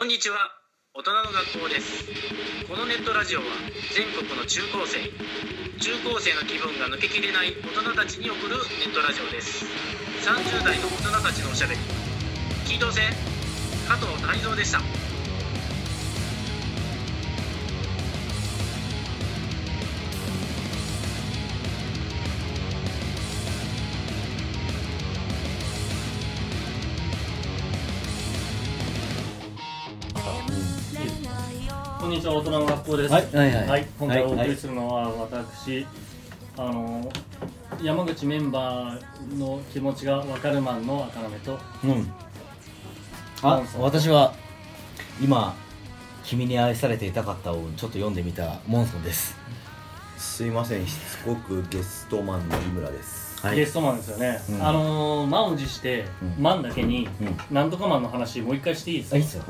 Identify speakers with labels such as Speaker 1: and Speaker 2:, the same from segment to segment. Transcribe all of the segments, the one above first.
Speaker 1: んにちは。大人の学校です。このネットラジオは全国の中高生の気分が抜けきれない大人たちに送るネットラジオです。30代の大人たちのおしゃべり、聞いとせ。加藤泰造でした。
Speaker 2: こんにちは、大人の学校です。
Speaker 3: はい、
Speaker 2: 今回お送りするのは私、山口メンバーの気持ちがわかるマンの赤なめと、
Speaker 3: 私は今君に愛されていたかったをちょっと読んでみたモンソンです。
Speaker 4: すいません、しつこくゲストマンの井村です。
Speaker 2: ゲストマンですよね。満を持して、マンだけに、なんとかマンの話もう一回していいですか？
Speaker 3: いいですよ。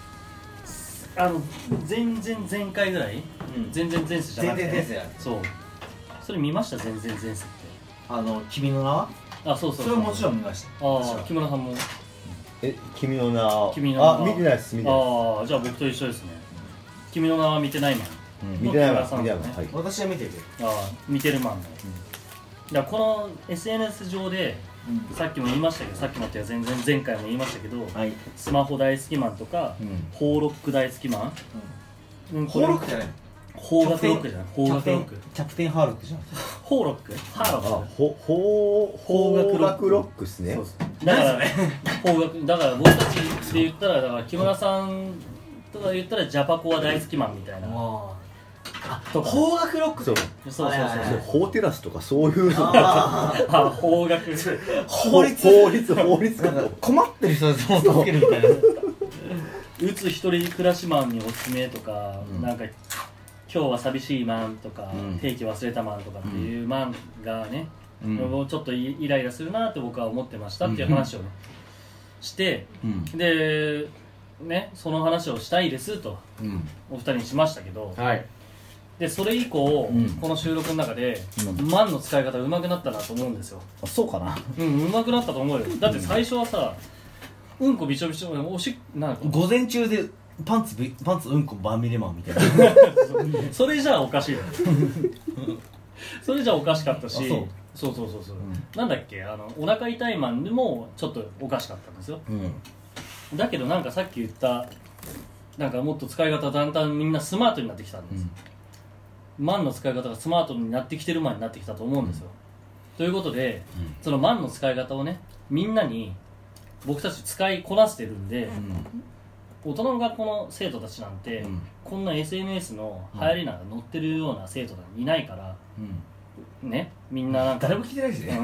Speaker 2: 前回ぐらい、全然前世じゃなくて、
Speaker 3: 全然前世や。
Speaker 2: そう。それ見ました？全然前世って。
Speaker 3: 君の名は？
Speaker 2: あ、そう。
Speaker 3: それはもちろん見ました。
Speaker 2: 木村さんも。
Speaker 4: 君の名は？
Speaker 2: 君の名は
Speaker 4: 見てないです。見てないです。
Speaker 2: じゃあ僕と一緒ですね。君の名は見てないマン。
Speaker 4: 見てないマン。はい。
Speaker 3: 私は見てる。
Speaker 2: 見てるマンだ。だからこの SNS 上で、さっきも言いましたけど、さっきもって前回も言いましたけど、スマホ大好きマンとか、ホーロック大好きマン、
Speaker 3: ホーロックじゃない、
Speaker 2: ホーガクロックじゃない、ホーガクロック、
Speaker 3: キャプテンハーロックじゃん。
Speaker 2: ホーロック、ハーロック、
Speaker 4: ホーガクロックですね。
Speaker 2: だからホーガク、だから僕たちって言ったら、だから木村さんとか言ったらジャパコは大好きマンみたいな。
Speaker 3: ホーガクロック。
Speaker 4: そう。ホーテラスとかそういうの。
Speaker 2: 法学。
Speaker 4: 法律が
Speaker 3: 困ってる人ですもんつけるみたいな。
Speaker 2: うつ一人暮らしマンにおすすめとか、なんか今日は寂しいマンとか、定期忘れたマンとかっていうマンがね、ちょっとイライラするなって僕は思ってましたっていう話をねして、でね、その話をしたいですとお二人にしましたけど。でそれ以降、この収録の中で、マンの使い方上手くなったなと思うんですよ。
Speaker 3: そうかな。
Speaker 2: 上手くなったと思うよ。だって最初はさ、うんこびちょびちょ、なんか
Speaker 3: 午前中でパンツうんこバーミレマンみたいな。
Speaker 2: それじゃあおかしいよ。それじゃあおかしかったし、そう、なんだっけ、お腹痛いマンでもちょっとおかしかったんですよ。だけどなんかさっき言ったなんかもっと使い方だんだんみんなスマートになってきたんです。マンの使い方がスマートになってきてるマンになってきたと思うんですよ。ということで、そのマンの使い方をね、みんなに僕たち使いこなしてるんで、大人の学校の生徒たちなんて、こんな SNS の流行りなんか載ってるような生徒がいないから、ね、みんななんか
Speaker 3: 誰も聞いてないしね。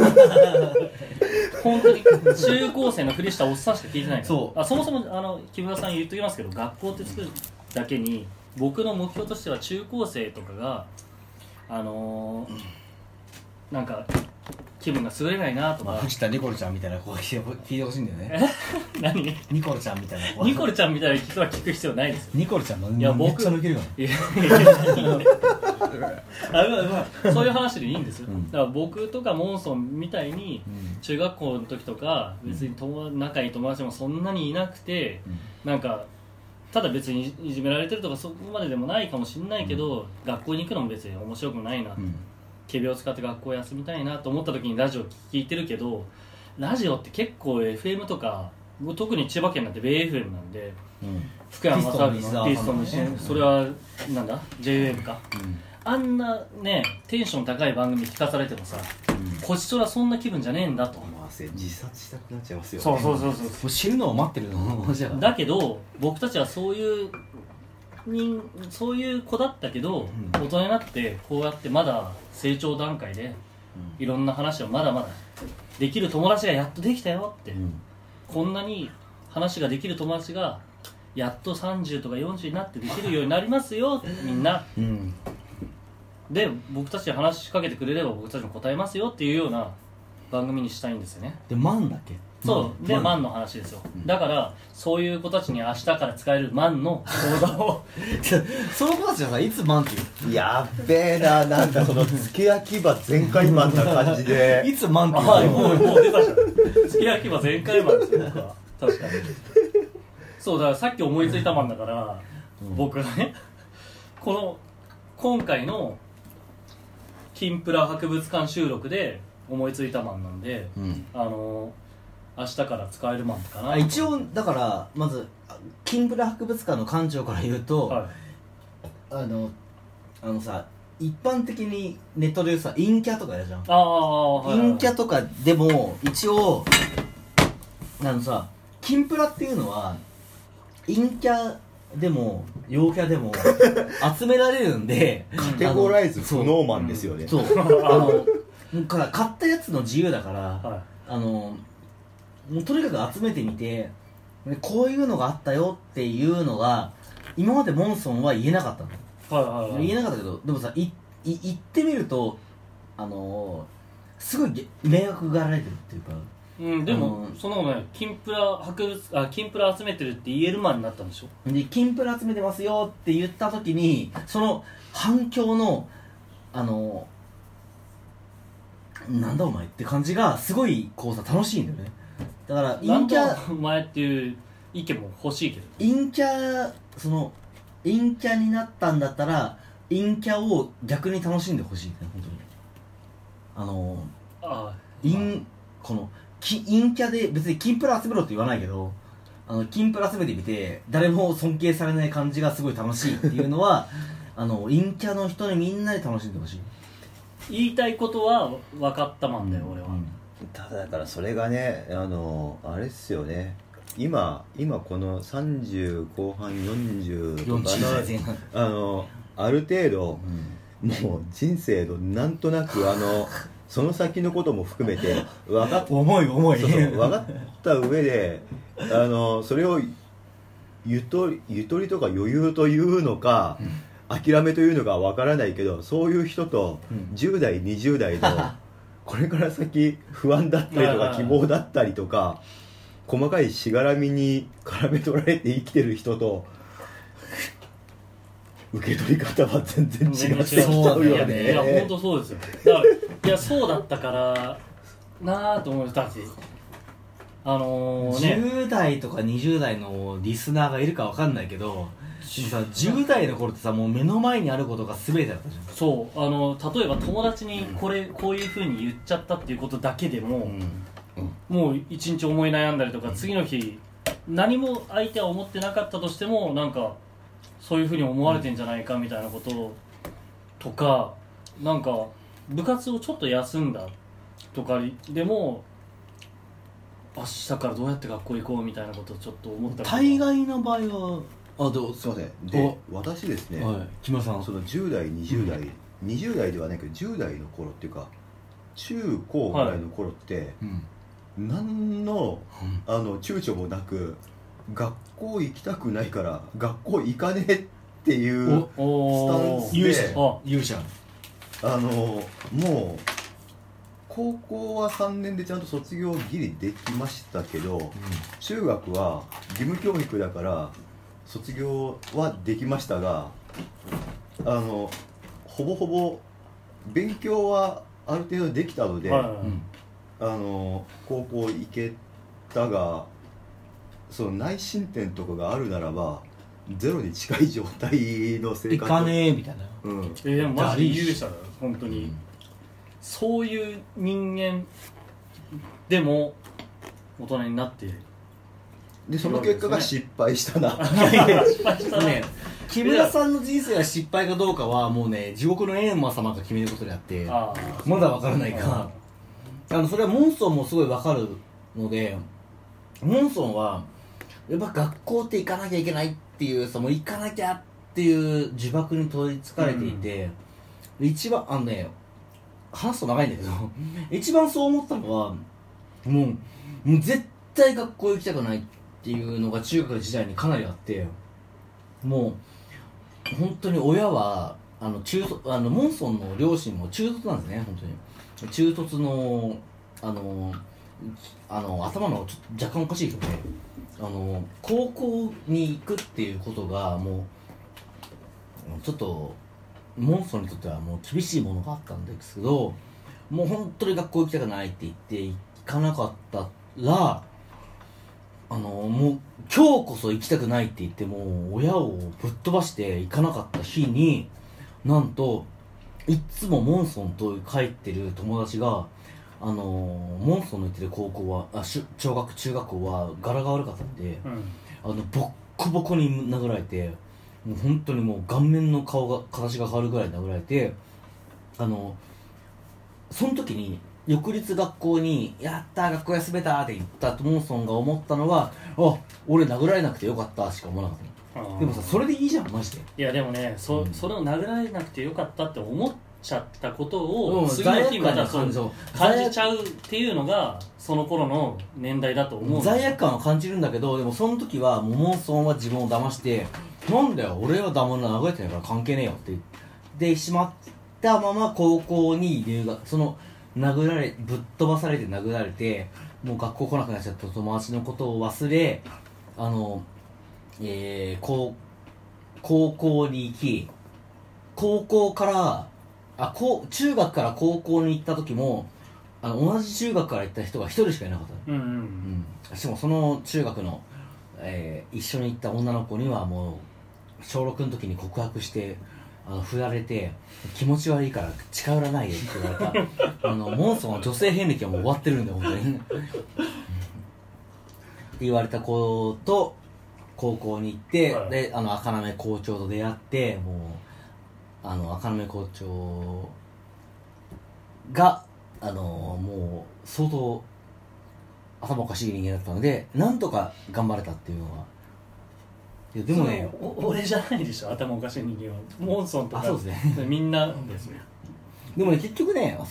Speaker 2: 本当に中高生のふりしたおっさんしか聞いてないから。
Speaker 3: そ
Speaker 2: もそも木村さん言っときますけど、学校って作るだけに僕の目標としては中高生とかがなんか気分が優れないなとか、
Speaker 3: 藤田ニコルちゃんみたいな子が聞いてほしいんだよね。
Speaker 2: 何？
Speaker 3: ニコルちゃんみたいな子。
Speaker 2: ニコルちゃんみたいな人は聞く必要ないですよ。
Speaker 3: ニコルちゃんのめっちゃ抜ける
Speaker 2: からそういう話でいいんですよ。だから僕とかモンソンみたいに中学校の時とか別に仲いい友達もそんなにいなくて、なんかただ別にいじめられてるとかそこまででもないかもしれないけど、学校に行くのも別に面白くないな、仮病を使って学校休みたいなと思った時にラジオ聞いてるけど、ラジオって結構 FM とか特に千葉県なんて米 FM なんで、福山雅治のピストンにして、それはなんだ JWAVE か、あんなねテンション高い番組聞かされてもさ、こちとらそんな気分じゃねえんだと。
Speaker 4: 自殺したくなっちゃいますよ。
Speaker 2: そう
Speaker 3: もう死ぬのを待ってるのじゃ
Speaker 2: だけど僕たちはそういう子だったけど、大人になってこうやってまだ成長段階で、いろんな話をまだまだできる友達がやっとできたよって、こんなに話ができる友達がやっと30とか40になってできるようになりますよみんな、で僕たちに話しかけてくれれば僕たちも答えますよっていうような番組にしたいんですよね。
Speaker 3: でマンだっけ？
Speaker 2: そうでマンの話ですよ。だからそういう子たちに明日から使えるマンの講座を
Speaker 3: その子たちはさ、いつマンって言う？
Speaker 4: やっべえな、なんかその付け焼き場全開マンな感じで。
Speaker 3: いつマンって言う？
Speaker 2: もう出たじゃん。付け焼き場全開マンですよ僕は。確かにそうだからさっき思いついたまんだから、僕がね今回の金プラ博物館収録で思いついたマンなんで、明日から使えるマンかな。
Speaker 3: 一応だからまず金プラ博物館の館長から言うと、
Speaker 2: はい、
Speaker 3: さ一般的にネットで言うさ陰キャとかやるじゃん。
Speaker 2: はい、
Speaker 3: 陰キャとかでも一応さ金プラっていうのは陰キャでも陽キャでも集められるんで
Speaker 4: カテゴライズ不ノーマンですよね。
Speaker 3: そう買ったやつの自由だから、はい、もうとにかく集めてみてこういうのがあったよっていうのが今までモンソンは言えなかったの、はいはいはい、言えなかったけどでもさ言ってみるとすごい迷惑がられてるっていうか、
Speaker 2: でもそのね金プラ集めてるって言えるマンになったんでしょ。
Speaker 3: で金プラ集めてますよって言った時にその反響のなんだお前って感じがすごいこうさ楽しいんだよね。だから陰キャ
Speaker 2: お前っていう意見も欲しいけど、
Speaker 3: 陰キャになったんだったら陰キャを逆に楽しんでほしいね本当に。この陰キャで別に金プラ集めろって言わないけど金プラ集めてみて誰も尊敬されない感じがすごい楽しいっていうのは陰キャの人にみんなで楽しんでほしい。
Speaker 2: 言いたいことは分かったまんだよ、俺は。
Speaker 4: ただからそれがねあれっすよね。今この30後半40とかある程度、もう人生のなんとなくその先のことも含めて分かった上でそれをゆとりとか余裕というのか、諦めというのか分からないけど、そういう人と10代20代のこれから先不安だったりとか希望だったりとか細かいしがらみに絡め取られて生きてる人と受け取り方は全然違ってきちゃうよね。
Speaker 2: いや本当そうですよ。だからいやそうだったからなぁと思う人たち
Speaker 3: 10代とか20代のリスナーがいるか分かんないけど、でもさ10代の頃ってさもう目の前にあることが全てだったじゃん。
Speaker 2: そう例えば友達にこういう風に言っちゃったっていうことだけでも、もう一日思い悩んだりとか、次の日何も相手は思ってなかったとしてもなんかそういう風に思われてんじゃないかみたいなこととか、なんか部活をちょっと休んだとかでも明日からどうやって学校行こうみたいなことをちょっと思ったり。
Speaker 3: 大概の場合は
Speaker 4: すいません。で私ですね、
Speaker 3: 木村さん
Speaker 4: その10代20代、20代ではないけど10代の頃っていうか中高ぐらいの頃って、何の躊躇もなく学校行きたくないから学校行かねえっていうスタンスで
Speaker 3: 勇者
Speaker 4: もう高校は3年でちゃんと卒業ギリできましたけど、中学は義務教育だから卒業はできましたがほぼほぼ勉強はある程度できたので、高校行けたがその内申点とかがあるならばゼロに近い状態の生活
Speaker 3: 行かねえみたいな、
Speaker 2: でもマジで勇者だよ本当に、そういう人間でも大人になっている。
Speaker 4: でその結果が失敗したな。
Speaker 2: 失敗したね。
Speaker 3: 木村さんの人生が失敗かどうかはもうね地獄の閻魔様が決めることであってまだ分からないが、それはモンソンもすごい分かるので、モンソンはやっぱ学校って行かなきゃいけないっていうもう行かなきゃっていう呪縛に取りつかれていて、一番話すと長いんだけど一番そう思ったのはもう絶対学校行きたくないっていうのが中学時代にかなりあって、もう本当に親はモンソンの両親も中卒なんですね。本当に中卒の頭の若干おかしい人で高校に行くっていうことがもうちょっとモンソンにとってはもう厳しいものがあったんですけど、もう本当に学校行きたくないって言って行かなかったらもう今日こそ行きたくないって言っても親をぶっ飛ばして行かなかった日に、なんといつもモンソンと帰ってる友達がモンソンの行ってる高校は中学校は柄が悪かったんで、ボッコボコに殴られて、もう本当にもう顔面の形が変わるぐらい殴られて、その時に翌日学校にやったー学校休めたって言ったモンソンが思ったのは、あ、俺殴られなくてよかったしか思わなかったの。でもさ、それでいいじゃんマジで。
Speaker 2: いやでもね、それを殴られなくてよかったって思っちゃったことを次の日また感じちゃうっていうのがその頃の年代だと思う。
Speaker 3: 罪悪感を感じるんだけど、でもその時はもうモンソンは自分を騙して、なんだよ俺は殴れてないから関係ねえよって言ってしまったまま高校に留学、そのぶっ飛ばされて殴られて、もう学校来なくなっちゃった友達のことを忘れ、高校に行き、中学から高校に行った時も同じ中学から行った人が一人しかいなかった、しかもその中学の、一緒に行った女の子にはもう小6の時に告白して振られて、気持ち悪いから近寄らないでって言われたモンソンは女性遍歴はもう終わってるんだよ本当にって言われた子と高校に行って、はい、で赤目校長と出会って、もう赤目校長がもう相当頭おかしい人間だったので、なんとか頑張れたっていうのは。いやでもね、
Speaker 2: 俺じゃないでしょ頭おかしい人間は。モンソンとか
Speaker 3: そうですね
Speaker 2: みんなですね。
Speaker 3: でもね、結局ね、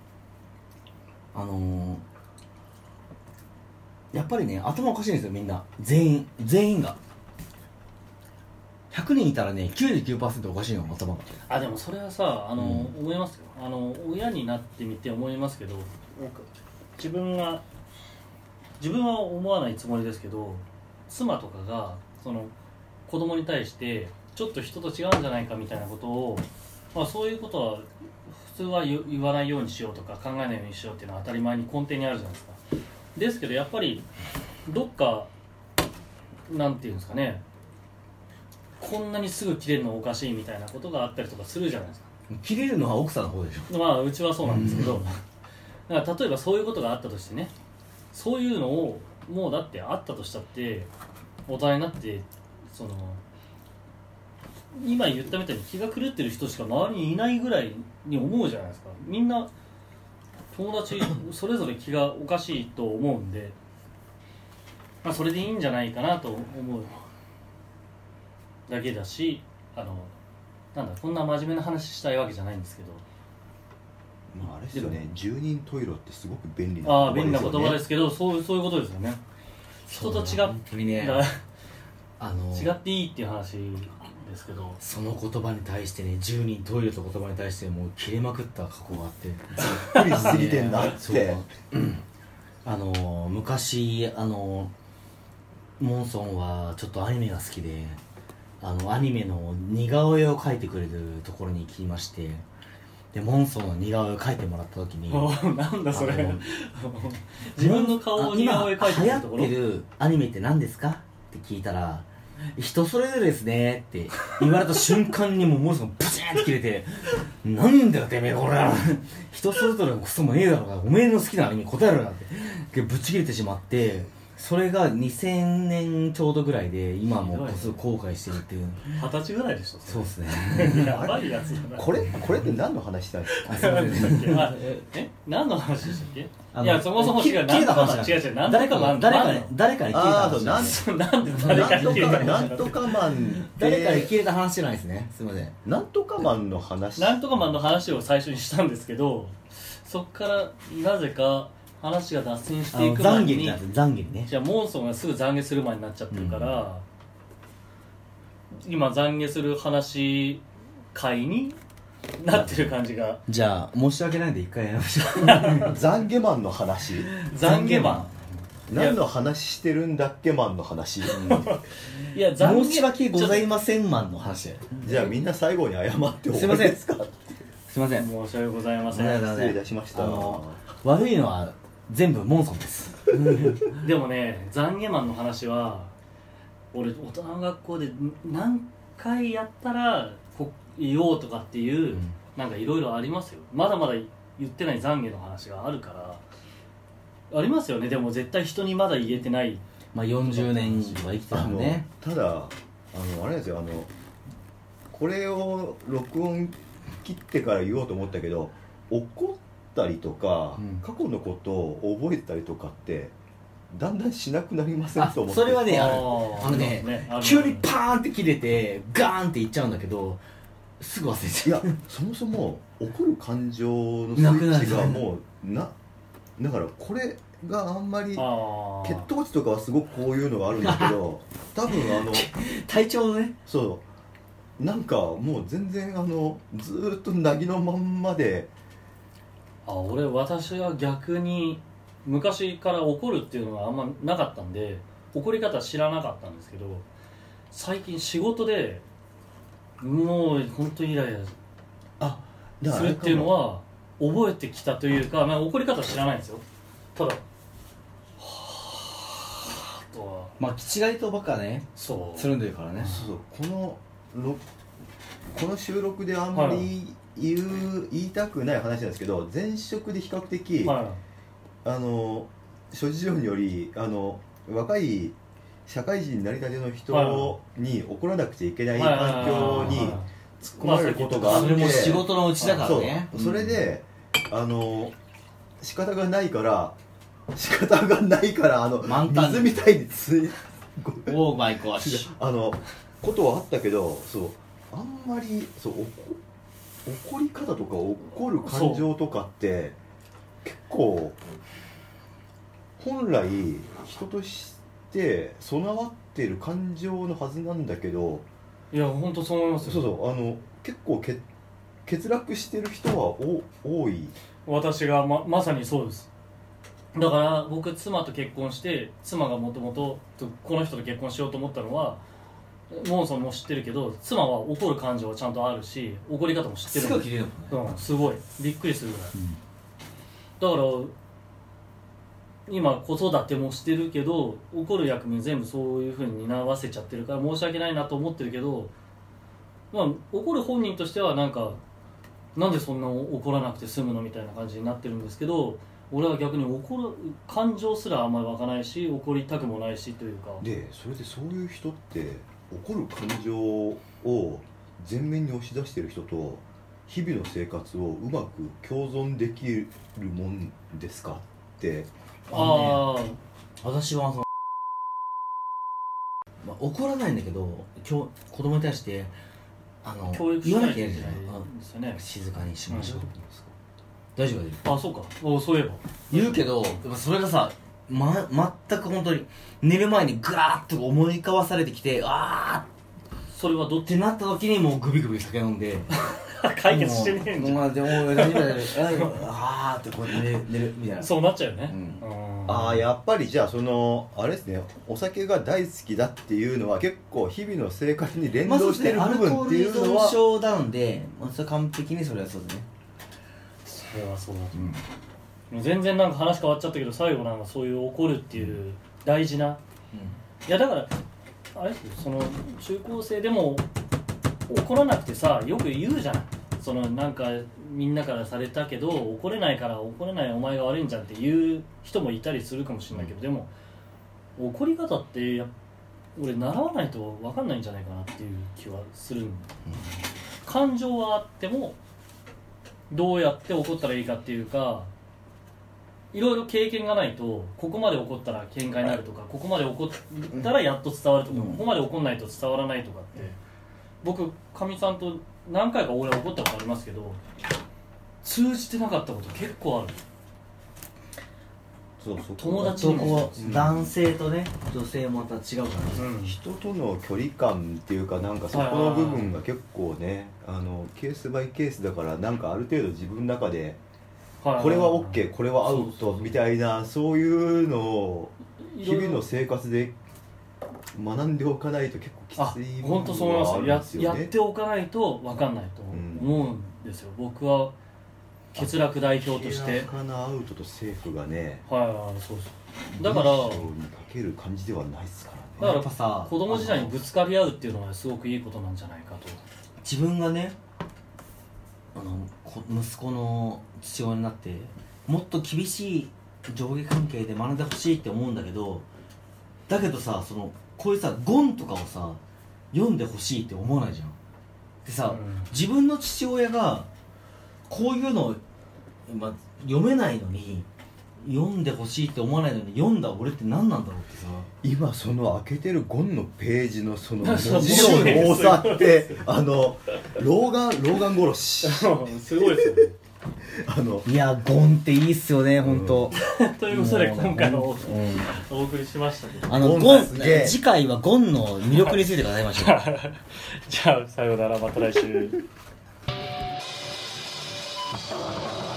Speaker 3: やっぱりね頭おかしいんですよみんな、全員が。100人いたらね 99% おかしいの頭が。
Speaker 2: でもそれはさ思いますよ。親になってみて思いますけど、自分は思わないつもりですけど、妻とかがその子供に対してちょっと人と違うんじゃないかみたいなことを、そういうことは普通は言わないようにしようとか考えないようにしようっていうのは当たり前に根底にあるじゃないですか。ですけどやっぱりどっかなんていうんですかね、こんなにすぐ切れるのおかしいみたいなことがあったりとかするじゃないですか。
Speaker 3: 切れるのは奥さんの方でしょ。
Speaker 2: うちはそうなんですけど、だから例えばそういうことがあったとしてね、そういうのをもうだってあったとしたって大人になって今言ったみたいに気が狂ってる人しか周りにいないぐらいに思うじゃないですか。みんな友達それぞれ気がおかしいと思うんで、それでいいんじゃないかなと思うだけだし、こんな真面目な話したいわけじゃないんですけど、
Speaker 4: あれですよね、十人十色ってすごく便利な
Speaker 2: 言葉ですよね。便利な言葉ですけど、そういうことですよね。人と違ってね、違っていいっていう話ですけど、
Speaker 3: その言葉に対してね、十人十色と言葉に対してもう切れまくった過去があって、
Speaker 4: ざっくりしすぎてんなって
Speaker 3: 昔モンソンはちょっとアニメが好きで、アニメの似顔絵を描いてくれるところに行きまして、でモンソンの似顔絵を描いてもらった時に
Speaker 2: なんだそれ自分の顔を似顔絵描いてくれるところ、
Speaker 3: 今流行ってるアニメって何ですかって聞いたら、人それぞれですねって言われた瞬間にもうモンソンがブチーンって切れてなんだよてめえこれ人それぞれのクソもねえだろうが、おめえの好きなアニメ答えろよってぶち切れてしまって、それが2000年ちょうどぐらいで、今もすごい後悔してるっていう。
Speaker 2: 20歳ぐらいでしょ。
Speaker 3: そうですね
Speaker 2: やばいやつだな。
Speaker 4: これって何の話したんですか。
Speaker 2: 何の話でしたっけ。いやそもそも違う、
Speaker 3: 何の話
Speaker 2: 違う
Speaker 3: 誰かに切れた話。
Speaker 2: なんで誰かに切れた話。
Speaker 4: なんとかマン
Speaker 3: 誰かに切れた話じゃないですね。すみません。
Speaker 4: なんとかマンの話。
Speaker 2: なんとかマンの話を最初にしたんですけど、そっからなぜか話が脱線していく前に
Speaker 3: 懺悔にね。
Speaker 2: じゃあモンソンがすぐ懺悔する前になっちゃってるから、今懺悔する話会になってる感じが。
Speaker 3: じゃあ申し訳ないんで一回やりましょう
Speaker 4: 懺悔マンの話。
Speaker 2: 懺悔マ
Speaker 4: ン何の話してるんだっけマンの話。い
Speaker 3: や申し訳ございませんマンの話。
Speaker 4: じゃあみんな最後に謝って
Speaker 3: 終わりですか。すいません。
Speaker 2: 申し訳ございません。
Speaker 4: 失礼いたしました。
Speaker 3: 悪いのは全部モンソンです
Speaker 2: でもね懺悔マンの話は俺大人の学校で何回やったら言おうとかっていう、なんかいろいろありますよ。まだまだ言ってない懺悔の話があるからありますよね。でも絶対人にまだ言えてない、
Speaker 3: まあ40年以上は生きてたんでね。
Speaker 4: ただあれですよ、これを録音切ってから言おうと思ったけど、怒ったりとか、過去のことを覚えてたりとかってだんだんしなくなりませんと思って。
Speaker 3: それはね急にパーンって切れてガーンっていっちゃうんだけどすぐ忘れちゃう。
Speaker 4: いやそもそも怒る感情のスイッチがもうだからこれがあんまり血糖値とかはすごくこういうのがあるんだけど多分
Speaker 3: 体調のね、
Speaker 4: そうなんかもう全然ずーっとなぎのまんまで。
Speaker 2: 私は逆に昔から怒るっていうのがあんまなかったんで怒り方知らなかったんですけど、最近仕事でもう本当にイライラするっていうのは覚えてきたというか、まあ、怒り方は知らないんですよ。ただとは
Speaker 3: まあ気違いとばっかねつるんでるからね。
Speaker 4: そうこの収録であんまり言いたくない話なんですけど、前職で比較的、諸事情により若い社会人になりたての人に怒らなくちゃいけない環境に突っ込まれることがあって、
Speaker 3: それも仕事のうちだからね。
Speaker 4: それで仕方がないから水みたいに
Speaker 3: オーマイゴッシュ
Speaker 4: ことはあったけど、あんまり怒り方とか怒る感情とかって結構本来人として備わってる感情のはずなんだけど。
Speaker 2: いや本当そう思います
Speaker 4: よ。結構欠落してる人は多い。
Speaker 2: 私が まさにそうです。だから僕妻と結婚して、妻がもともとこの人と結婚しようと思ったのはモンソンも知ってるけど、妻は怒る感情はちゃんとあるし怒り方も知ってる。
Speaker 3: すごい切れるもんね。
Speaker 2: すごいびっくりするぐらい、だから今子育てもしてるけど怒る役目全部そういう風に担わせちゃってるから申し訳ないなと思ってるけど、まあ怒る本人としてはなんでそんな怒らなくて済むのみたいな感じになってるんですけど、俺は逆に怒る感情すらあんまり湧かないし怒りたくもないしというか。
Speaker 4: でそれでそういう人って怒る感情を前面に押し出してる人と日々の生活をうまく共存できるもんですかって。
Speaker 3: 私は怒らないんだけど子供に対して言わなきゃいけないじゃないですよね。静かにしましょう、大丈夫だよ。
Speaker 2: そうか。そういえば
Speaker 3: 言うけどそれがさ、全く本当に寝る前にガーッと思い浮かばされてきて、
Speaker 2: それはどっ
Speaker 3: てなった時にもうグビグビ酒飲んで
Speaker 2: 解決してねえんじゃん。
Speaker 3: でも大丈夫だよってこう寝るみたいな。
Speaker 2: そうなっちゃうよね。
Speaker 4: やっぱりじゃああれですね、お酒が大好きだっていうのは結構日々の生活に連動してる部分っていうのは、
Speaker 3: アルコール依存症なんで、それ完璧にそれはそうだね。
Speaker 2: それはそうだと思う。全然話変わっちゃったけど、最後そういう怒るっていう大事な、いやだからあれ中高生でも怒らなくてさ、よく言うじゃん。みんなからされたけど怒れないから怒れないお前が悪いんじゃんって言う人もいたりするかもしれないけど、でも怒り方って俺習わないと分かんないんじゃないかなっていう気はする。感情はあってもどうやって怒ったらいいかっていうか、いろいろ経験がないと、ここまで怒ったら喧嘩になるとか、ここまで怒ったらやっと伝わるとか、ここまで怒んないと伝わらないとかって、僕かみさんと何回か俺は怒ったことありますけど、通じてなかったこと結構ある。友達にも
Speaker 3: 男性とね女性もまた違うからね、
Speaker 4: 人との距離感っていうかそこの部分が結構ねケースバイケースだから、ある程度自分の中でこれは OK これはアウトみたいな、そういうのを日々の生活で学んでおかないと結構きついものがあるんですよね。
Speaker 2: やっておかないと分かんないと思うんですよ。僕は欠落代表として
Speaker 4: 明らかなアウトとセーフがね、
Speaker 2: そうだから
Speaker 4: 文章にかける感じではないですからね。
Speaker 2: だからやっぱさ、子供時代にぶつかり合うっていうのはすごくいいことなんじゃないかと。
Speaker 3: 自分がね息子の父親になってもっと厳しい上下関係で学んでほしいって思うんだけど、だけどさ、こういうさゴンとかをさ読んでほしいって思わないじゃん。でさ、自分の父親がこういうのを、読めないのに読んでほしいって思わないのに読んだ俺って何なんだろうってさ、
Speaker 4: 今その開けてるゴンのページのその文字量の多さって老眼殺し
Speaker 2: すごいですよね。
Speaker 3: いやゴンっていいっすよね本当。
Speaker 2: ということで今回のお送りしましたけど、
Speaker 3: ゴン次回はゴンの魅力について語りましょう。
Speaker 2: じゃあさようなら、また来週。